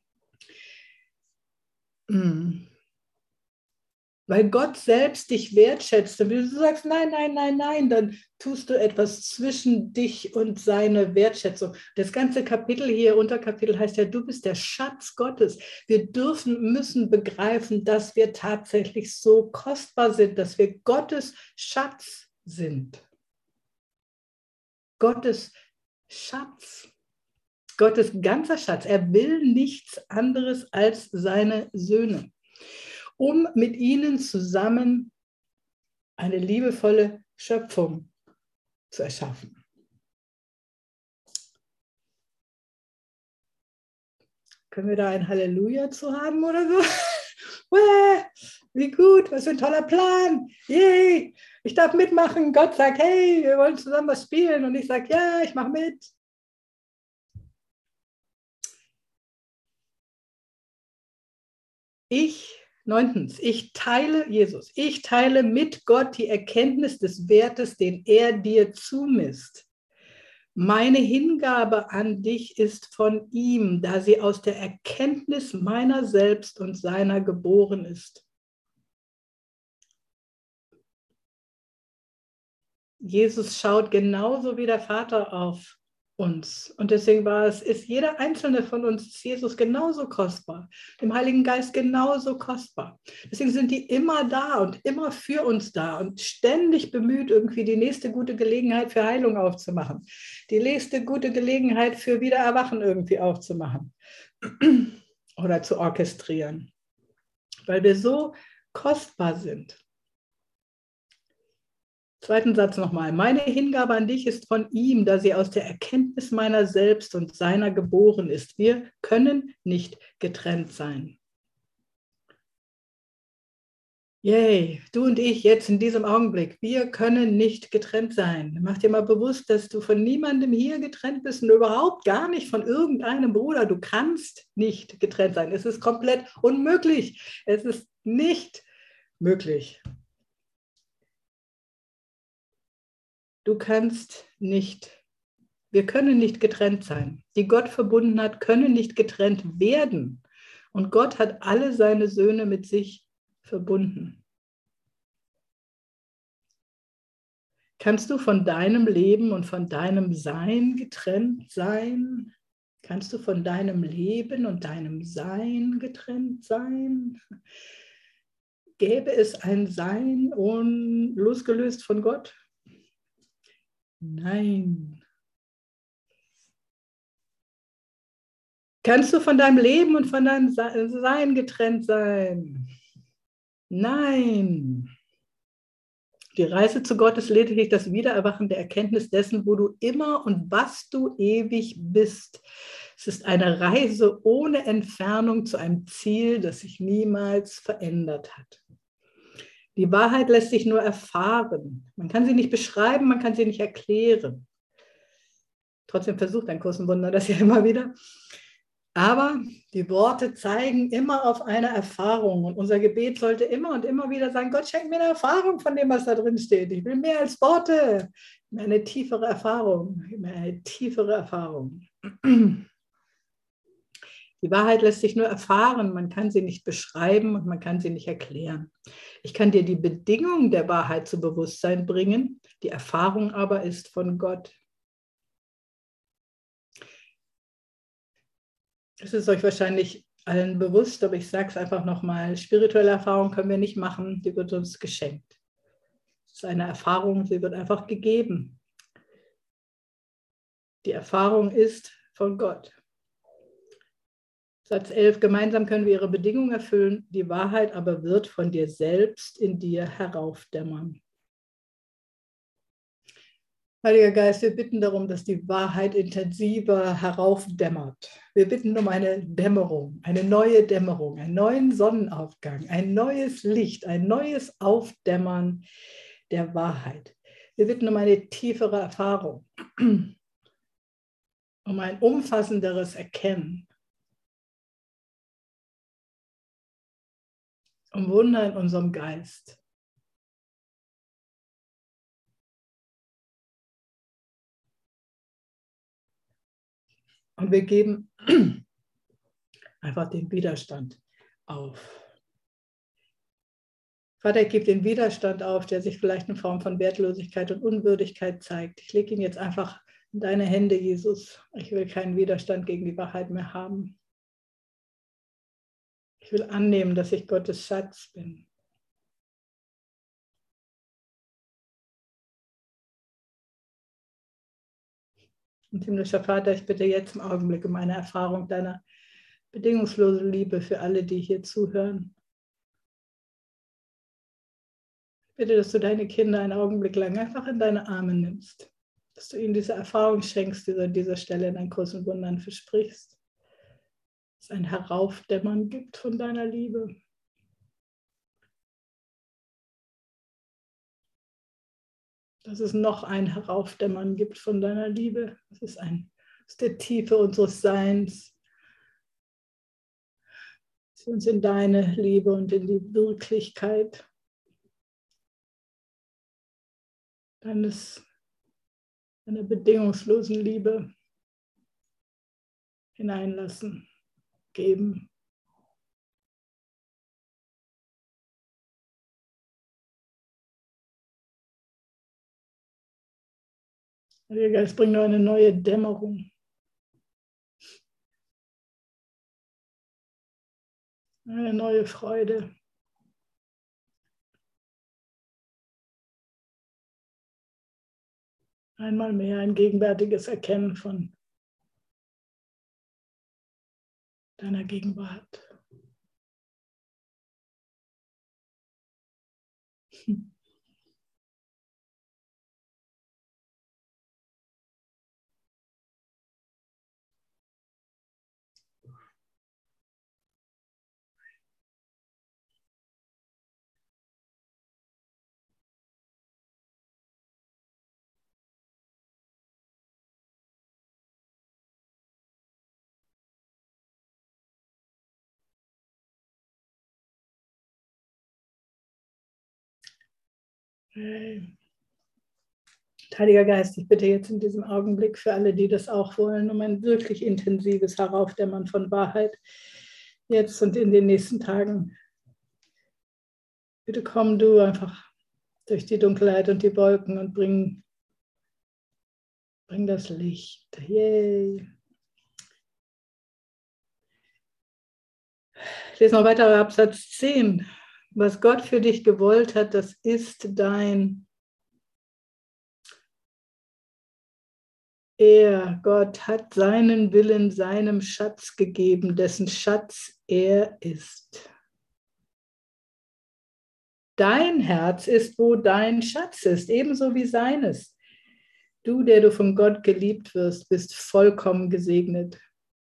Weil Gott selbst dich wertschätzt. Und wenn du sagst, nein, nein, nein, nein, dann tust du etwas zwischen dich und seine Wertschätzung. Das ganze Kapitel hier, Unterkapitel heißt ja, du bist der Schatz Gottes. Wir müssen begreifen, dass wir tatsächlich so kostbar sind, dass wir Gottes Schatz sind. Gottes Schatz. Gottes ganzer Schatz. Er will nichts anderes als seine Söhne, um mit ihnen zusammen eine liebevolle Schöpfung zu erschaffen. Können wir da ein Halleluja zu haben oder so? Wie gut, was für ein toller Plan. Yay, ich darf mitmachen. Gott sagt, hey, wir wollen zusammen was spielen. Und ich sage, ja, ich mache mit. Neuntens, ich teile mit Gott die Erkenntnis des Wertes, den er dir zumisst. Meine Hingabe an dich ist von ihm, da sie aus der Erkenntnis meiner selbst und seiner geboren ist. Jesus schaut genauso wie der Vater auf uns. Und deswegen ist jeder einzelne von uns, ist Jesus genauso kostbar, dem Heiligen Geist genauso kostbar. Deswegen sind die immer da und immer für uns da und ständig bemüht, irgendwie die nächste gute Gelegenheit für Heilung aufzumachen, die nächste gute Gelegenheit für Wiedererwachen irgendwie aufzumachen oder zu orchestrieren, weil wir so kostbar sind. Zweiten Satz nochmal. Meine Hingabe an dich ist von ihm, da sie aus der Erkenntnis meiner selbst und seiner geboren ist. Wir können nicht getrennt sein. Yay, du und ich jetzt in diesem Augenblick, wir können nicht getrennt sein. Mach dir mal bewusst, dass du von niemandem hier getrennt bist und überhaupt gar nicht von irgendeinem Bruder. Du kannst nicht getrennt sein. Es ist komplett unmöglich. Es ist nicht möglich. Du kannst nicht, wir können nicht getrennt sein. Die Gott verbunden hat, können nicht getrennt werden. Und Gott hat alle seine Söhne mit sich verbunden. Kannst du von deinem Leben und von deinem Sein getrennt sein? Kannst du von deinem Leben und deinem Sein getrennt sein? Gäbe es ein Sein losgelöst von Gott? Nein. Kannst du von deinem Leben und von deinem Sein getrennt sein? Nein. Die Reise zu Gott ist lediglich das Wiedererwachen der Erkenntnis dessen, wo du immer und was du ewig bist. Es ist eine Reise ohne Entfernung zu einem Ziel, das sich niemals verändert hat. Die Wahrheit lässt sich nur erfahren. Man kann sie nicht beschreiben, man kann sie nicht erklären. Trotzdem versucht ein Kurs im Wunder das ja immer wieder. Aber die Worte zeigen immer auf eine Erfahrung. Und unser Gebet sollte immer und immer wieder sagen, Gott schenkt mir eine Erfahrung von dem, was da drin steht. Ich will mehr als Worte. Eine tiefere Erfahrung. Eine tiefere Erfahrung. Die Wahrheit lässt sich nur erfahren, man kann sie nicht beschreiben und man kann sie nicht erklären. Ich kann dir die Bedingungen der Wahrheit zu Bewusstsein bringen, die Erfahrung aber ist von Gott. Es ist euch wahrscheinlich allen bewusst, aber ich sage es einfach nochmal, spirituelle Erfahrung können wir nicht machen, die wird uns geschenkt. Es ist eine Erfahrung, sie wird einfach gegeben. Die Erfahrung ist von Gott. Satz 11, gemeinsam können wir ihre Bedingungen erfüllen, die Wahrheit aber wird von dir selbst in dir heraufdämmern. Heiliger Geist, wir bitten darum, dass die Wahrheit intensiver heraufdämmert. Wir bitten um eine Dämmerung, eine neue Dämmerung, einen neuen Sonnenaufgang, ein neues Licht, ein neues Aufdämmern der Wahrheit. Wir bitten um eine tiefere Erfahrung, um ein umfassenderes Erkennen, um Wunder in unserem Geist. Und wir geben einfach den Widerstand auf. Vater, ich gebe den Widerstand auf, der sich vielleicht in Form von Wertlosigkeit und Unwürdigkeit zeigt. Ich lege ihn jetzt einfach in deine Hände, Jesus. Ich will keinen Widerstand gegen die Wahrheit mehr haben. Ich will annehmen, dass ich Gottes Schatz bin. Und himmlischer Vater, ich bitte jetzt im Augenblick um eine Erfahrung deiner bedingungslosen Liebe für alle, die hier zuhören. Ich bitte, dass du deine Kinder einen Augenblick lang einfach in deine Arme nimmst. Dass du ihnen diese Erfahrung schenkst, die du an dieser Stelle in deinen großen Wundern versprichst. es ein Heraufdämmern gibt von deiner Liebe. Dass es noch ein Heraufdämmern gibt von deiner Liebe. Das ist aus der Tiefe unseres Seins, dass wir uns in deine Liebe und in die Wirklichkeit deiner bedingungslosen Liebe hineinlassen, geben. Heiliger Geist, bring nur eine neue Dämmerung. Eine neue Freude. Einmal mehr ein gegenwärtiges Erkennen von deiner Gegenwart. Heiliger Geist, ich bitte jetzt in diesem Augenblick für alle, die das auch wollen, um ein wirklich intensives Heraufdämmern von Wahrheit jetzt und in den nächsten Tagen. Bitte komm du einfach durch die Dunkelheit und die Wolken und bring das Licht. Yay. Ich lese noch weiter Absatz 10. Was Gott für dich gewollt hat, das ist dein. Gott, hat seinen Willen seinem Schatz gegeben, dessen Schatz er ist. Dein Herz ist, wo dein Schatz ist, ebenso wie seines. Du, der du von Gott geliebt wirst, bist vollkommen gesegnet.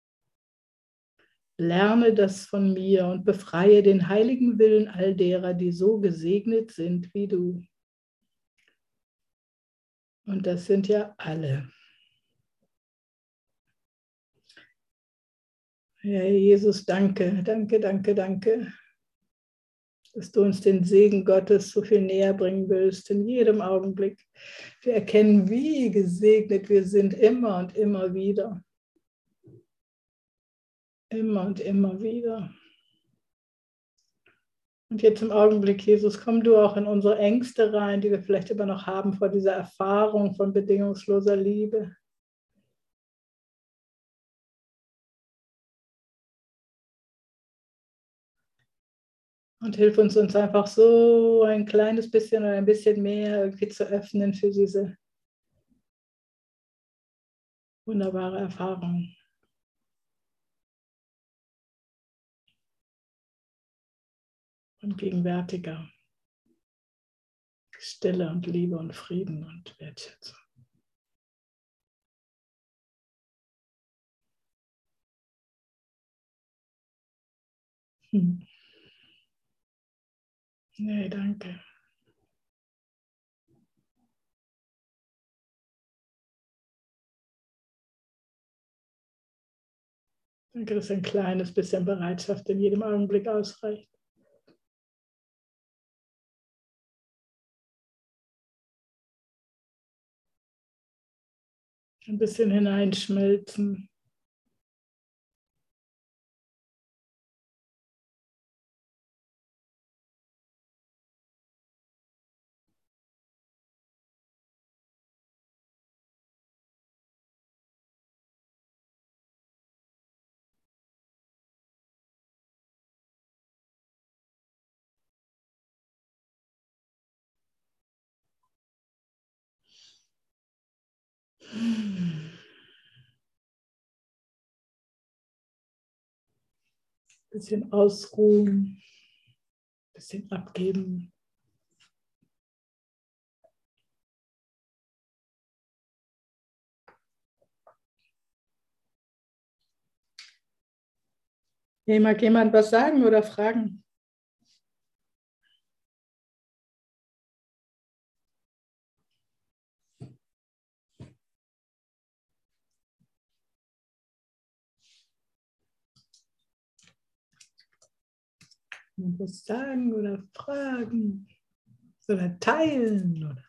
Lerne das von mir und befreie den heiligen Willen all derer, die so gesegnet sind wie du. Und das sind ja alle. Ja, Jesus, danke, danke, danke, danke, dass du uns den Segen Gottes so viel näher bringen willst, in jedem Augenblick. Wir erkennen, wie gesegnet wir sind, immer und immer wieder. Immer und immer wieder. Und jetzt im Augenblick, Jesus, komm du auch in unsere Ängste rein, die wir vielleicht immer noch haben vor dieser Erfahrung von bedingungsloser Liebe. Und hilf uns einfach so ein kleines bisschen oder ein bisschen mehr irgendwie zu öffnen für diese wunderbare Erfahrung. Und gegenwärtiger Stille und Liebe und Frieden und Wertschätzung. Nee, danke. Danke, dass ein kleines bisschen Bereitschaft in jedem Augenblick ausreicht. Ein bisschen hineinschmelzen. Bisschen ausruhen, bisschen abgeben. Mag jemand was sagen oder fragen? Was sagen oder fragen oder teilen oder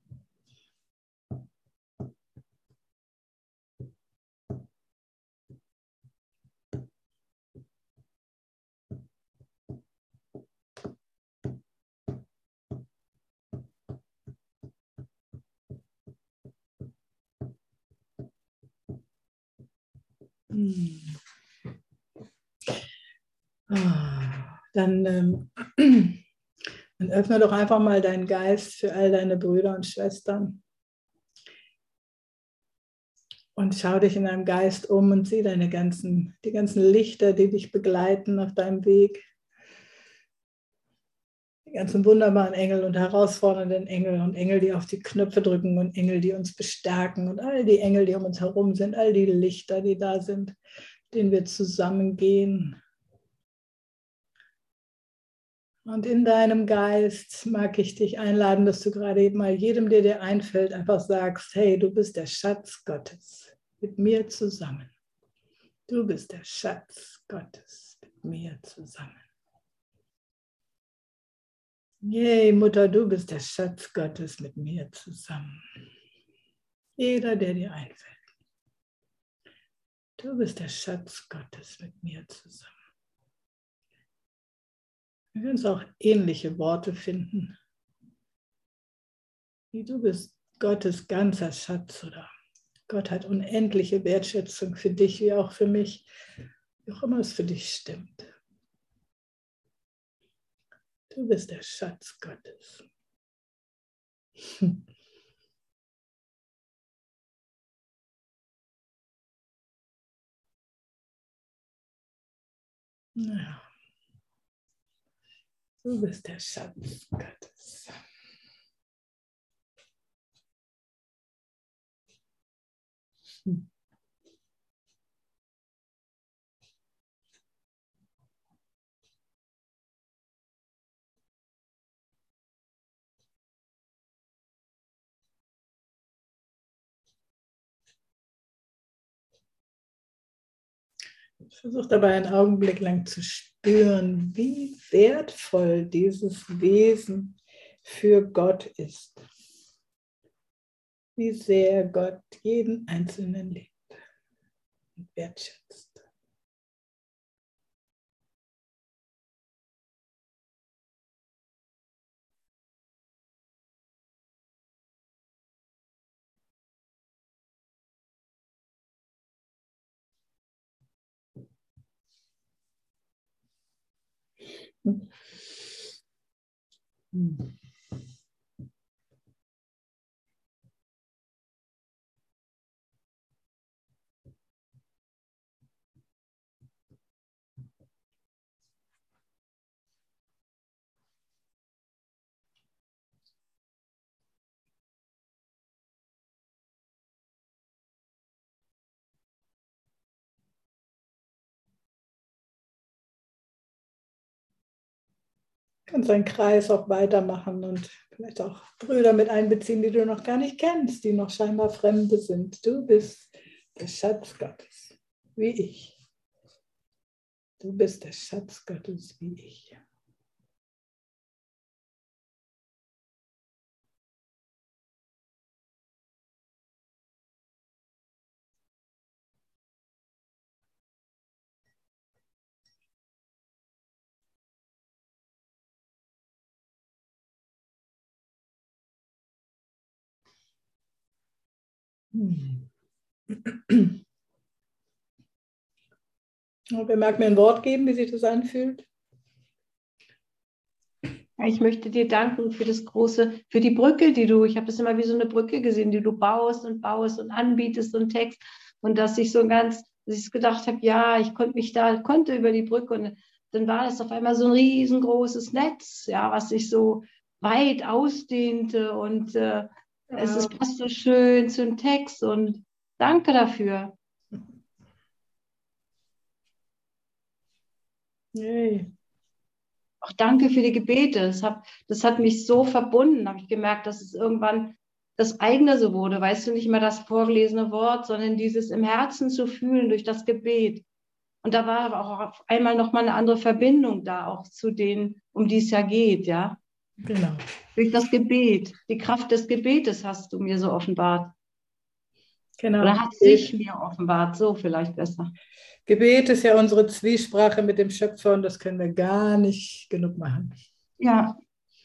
Dann öffne doch einfach mal deinen Geist für all deine Brüder und Schwestern. Und schau dich in deinem Geist um und sieh die ganzen Lichter, die dich begleiten auf deinem Weg. Die ganzen wunderbaren Engel und herausfordernden Engel und Engel, die auf die Knöpfe drücken und Engel, die uns bestärken und all die Engel, die um uns herum sind, all die Lichter, die da sind, denen wir zusammengehen. Und in deinem Geist mag ich dich einladen, dass du gerade eben mal jedem, der dir einfällt, einfach sagst, hey, du bist der Schatz Gottes mit mir zusammen. Du bist der Schatz Gottes mit mir zusammen. Yay, Mutter, du bist der Schatz Gottes mit mir zusammen. Jeder, der dir einfällt. Du bist der Schatz Gottes mit mir zusammen. Wir können uns auch ähnliche Worte finden. Wie du bist Gottes ganzer Schatz oder Gott hat unendliche Wertschätzung für dich, wie auch für mich, wie auch immer es für dich stimmt. Du bist der Schatz Gottes. Ja. Du bist der Schatz Gottes. Versuch dabei einen Augenblick lang zu spüren, wie wertvoll dieses Wesen für Gott ist. Wie sehr Gott jeden Einzelnen liebt und wertschätzt. Du kannst einen Kreis auch weitermachen und vielleicht auch Brüder mit einbeziehen, die du noch gar nicht kennst, die noch scheinbar Fremde sind. Du bist der Schatz Gottes, wie ich. Du bist der Schatz Gottes, wie ich. Wer mag mir ein Wort geben, wie sich das anfühlt? Ich möchte dir danken für für die Brücke, ich habe das immer wie so eine Brücke gesehen, die du baust und anbietest und Text und dass ich dass ich gedacht habe, ja, ich konnte über die Brücke und dann war das auf einmal so ein riesengroßes Netz, ja, was sich so weit ausdehnte und es passt so schön zum Text und danke dafür. Yay. Auch danke für die Gebete. Das hat mich so verbunden, habe ich gemerkt, dass es irgendwann das eigene so wurde. Weißt du, nicht immer das vorgelesene Wort, sondern dieses im Herzen zu fühlen durch das Gebet. Und da war aber auch auf einmal nochmal eine andere Verbindung da, auch zu denen, um die es ja geht, ja. Genau. Durch das Gebet. Die Kraft des Gebetes hast du mir so offenbart. Genau. Oder hat sich mir offenbart, so vielleicht besser. Gebet ist ja unsere Zwiesprache mit dem Schöpfer und das können wir gar nicht genug machen. Ja.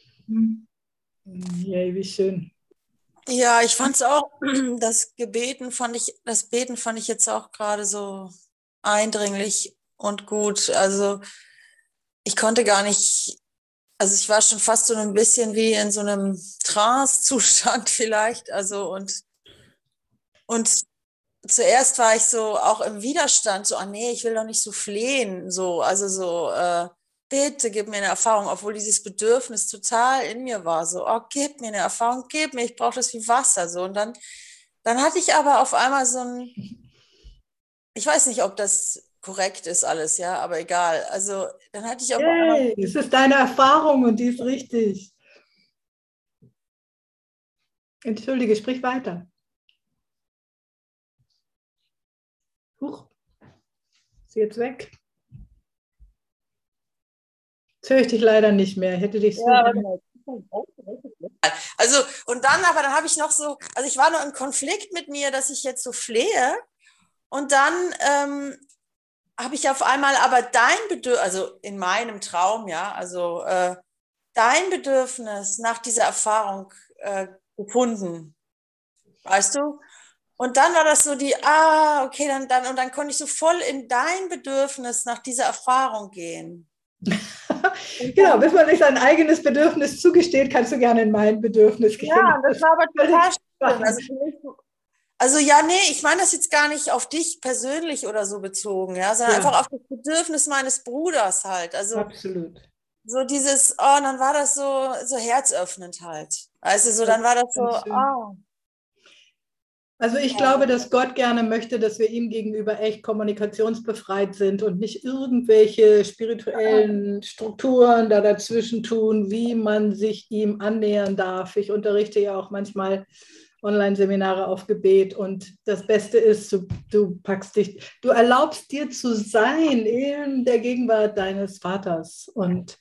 Yay, wie schön. Ja, ich fand es auch, das Beten fand ich jetzt auch gerade so eindringlich und gut. Also ich konnte gar nicht, also ich war schon fast so ein bisschen wie in so einem Trance-Zustand vielleicht. Also und zuerst war ich so auch im Widerstand, so, nee, ich will doch nicht so flehen, so, also so, bitte gib mir eine Erfahrung, obwohl dieses Bedürfnis total in mir war, so, oh, gib mir eine Erfahrung, gib mir, ich brauche das wie Wasser, so, und dann hatte ich aber auf einmal so ein, ich weiß nicht, ob das korrekt ist alles, ja, aber egal, also dann hatte ich auf einmal... Es ist deine Erfahrung und die ist richtig. Entschuldige, sprich weiter. Huch, ist sie jetzt weg? Jetzt höre ich dich leider nicht mehr. Hätte dich so. Ja, also, und dann habe ich noch so, also ich war noch im Konflikt mit mir, dass ich jetzt so flehe. Und dann habe ich auf einmal aber dein Bedürfnis, also in meinem Traum, ja, also dein Bedürfnis nach dieser Erfahrung gefunden. Weißt du? Und dann war das so okay, und dann konnte ich so voll in dein Bedürfnis nach dieser Erfahrung gehen. Genau, bis man sich sein eigenes Bedürfnis zugesteht, kannst du gerne in mein Bedürfnis gehen. Ja, das war aber total schön. Also ja, nee, ich meine das jetzt gar nicht auf dich persönlich oder so bezogen, ja, sondern einfach auf das Bedürfnis meines Bruders halt. Also absolut. So dieses, dann war das so herzöffnend halt. Also so, dann war das so, Also ich glaube, dass Gott gerne möchte, dass wir ihm gegenüber echt kommunikationsbefreit sind und nicht irgendwelche spirituellen Strukturen da dazwischen tun, wie man sich ihm annähern darf. Ich unterrichte ja auch manchmal Online-Seminare auf Gebet und das Beste ist, du erlaubst dir zu sein in der Gegenwart deines Vaters und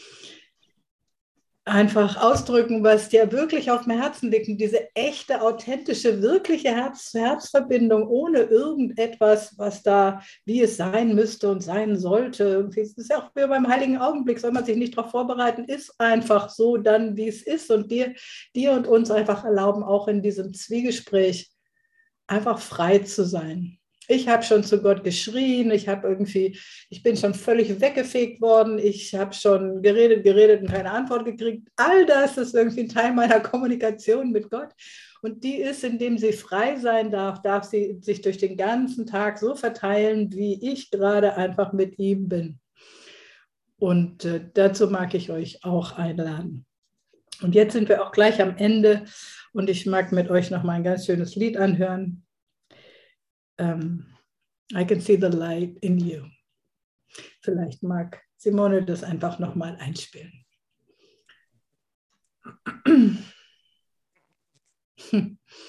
einfach ausdrücken, was dir wirklich auf dem Herzen liegt. Und diese echte, authentische, wirkliche Herz-zu-Herz-Verbindung ohne irgendetwas, was da, wie es sein müsste und sein sollte. Es ist ja auch wie beim Heiligen Augenblick, soll man sich nicht darauf vorbereiten, ist einfach so dann, wie es ist. Und dir und uns einfach erlauben, auch in diesem Zwiegespräch einfach frei zu sein. Ich habe schon zu Gott geschrien, ich bin schon völlig weggefegt worden, ich habe schon geredet und keine Antwort gekriegt. All das ist irgendwie ein Teil meiner Kommunikation mit Gott. Und die ist, indem sie frei sein darf sie sich durch den ganzen Tag so verteilen, wie ich gerade einfach mit ihm bin. Und dazu mag ich euch auch einladen. Und jetzt sind wir auch gleich am Ende und ich mag mit euch noch mal ein ganz schönes Lied anhören. I can see the light in you. Vielleicht mag Simone das einfach noch mal einspielen.